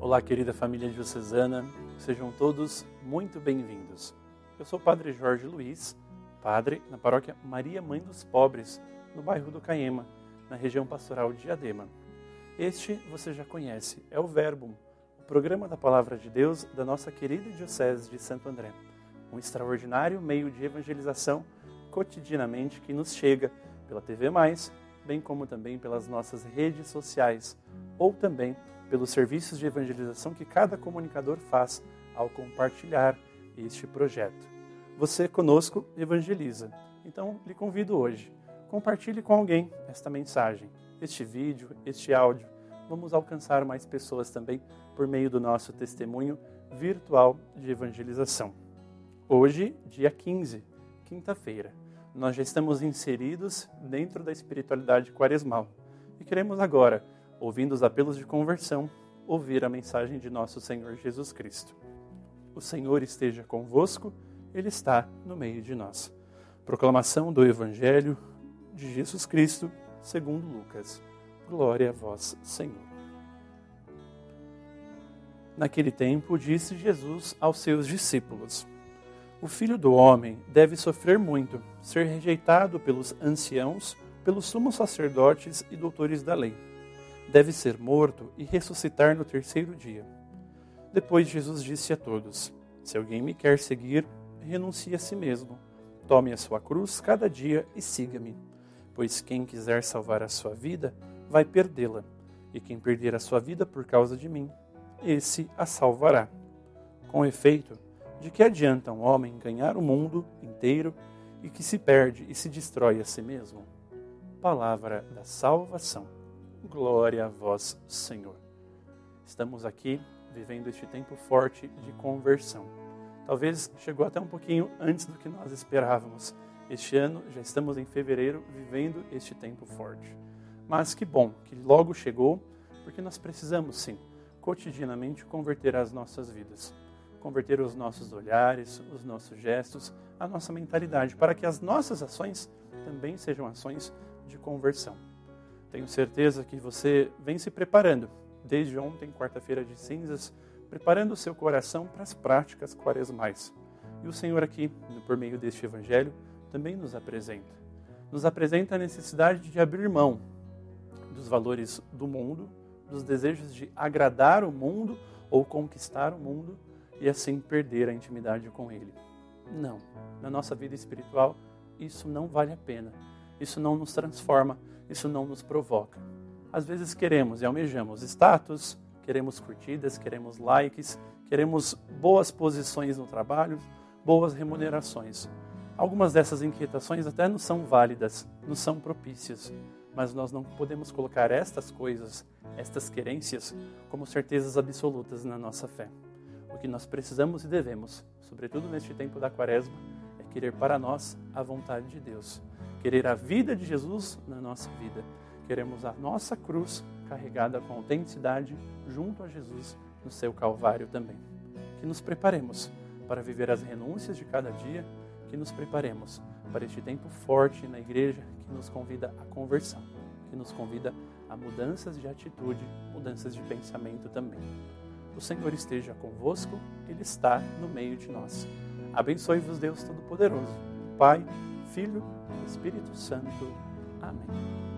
Olá, querida família diocesana, sejam todos muito bem-vindos. Eu sou o Padre Jorge Luiz, padre na paróquia Maria Mãe dos Pobres, no bairro do Caema, na região pastoral de Diadema. Este você já conhece, é o Verbum, o programa da Palavra de Deus da nossa querida Diocese de Santo André, um extraordinário meio de evangelização cotidianamente que nos chega pela TV+, bem como também pelas nossas redes sociais, ou também pelos serviços de evangelização que cada comunicador faz ao compartilhar este projeto. Você conosco evangeliza, então lhe convido hoje, compartilhe com alguém esta mensagem, este vídeo, este áudio. Vamos alcançar mais pessoas também por meio do nosso testemunho virtual de evangelização. Hoje, dia 15, quinta-feira, nós já estamos inseridos dentro da espiritualidade quaresmal e queremos agora, ouvindo os apelos de conversão, ouvir a mensagem de nosso Senhor Jesus Cristo. O Senhor esteja convosco, Ele está no meio de nós. Proclamação do Evangelho de Jesus Cristo, segundo Lucas. Glória a vós, Senhor. Naquele tempo, disse Jesus aos seus discípulos: O Filho do Homem deve sofrer muito, ser rejeitado pelos anciãos, pelos sumos sacerdotes e doutores da lei. Deve ser morto e ressuscitar no terceiro dia. Depois Jesus disse a todos: Se alguém me quer seguir, renuncie a si mesmo. Tome a sua cruz cada dia e siga-me. Pois quem quiser salvar a sua vida, vai perdê-la. E quem perder a sua vida por causa de mim, esse a salvará. Com efeito, de que adianta um homem ganhar o mundo inteiro e que se perde e se destrói a si mesmo? Palavra da salvação. Glória a vós, Senhor. Estamos aqui vivendo este tempo forte de conversão. Talvez chegou até um pouquinho antes do que nós esperávamos. Este ano, já estamos em fevereiro, vivendo este tempo forte. Mas que bom que logo chegou, porque nós precisamos, sim, cotidianamente converter as nossas vidas. Converter os nossos olhares, os nossos gestos, a nossa mentalidade, para que as nossas ações também sejam ações de conversão. Tenho certeza que você vem se preparando, desde ontem, quarta-feira de cinzas, preparando o seu coração para as práticas quaresmais. E o Senhor aqui, por meio deste Evangelho, também nos apresenta a necessidade de abrir mão dos valores do mundo, dos desejos de agradar o mundo ou conquistar o mundo e assim perder a intimidade com Ele. Não, na nossa vida espiritual isso não vale a pena, isso não nos transforma, isso não nos provoca. Às vezes queremos e almejamos status, queremos curtidas, queremos likes, queremos boas posições no trabalho, boas remunerações. Algumas dessas inquietações até não são válidas, não são propícias, mas nós não podemos colocar estas coisas, estas querências, como certezas absolutas na nossa fé. O que nós precisamos e devemos, sobretudo neste tempo da Quaresma, é querer para nós a vontade de Deus. Querer a vida de Jesus na nossa vida. Queremos a nossa cruz carregada com autenticidade junto a Jesus no seu Calvário também. Que nos preparemos para viver as renúncias de cada dia, que nos preparemos para este tempo forte na igreja que nos convida à conversão, que nos convida a mudanças de atitude, mudanças de pensamento também. O Senhor esteja convosco, Ele está no meio de nós. Abençoe-vos Deus Todo-Poderoso, Pai, Filho e Espírito Santo. Amém.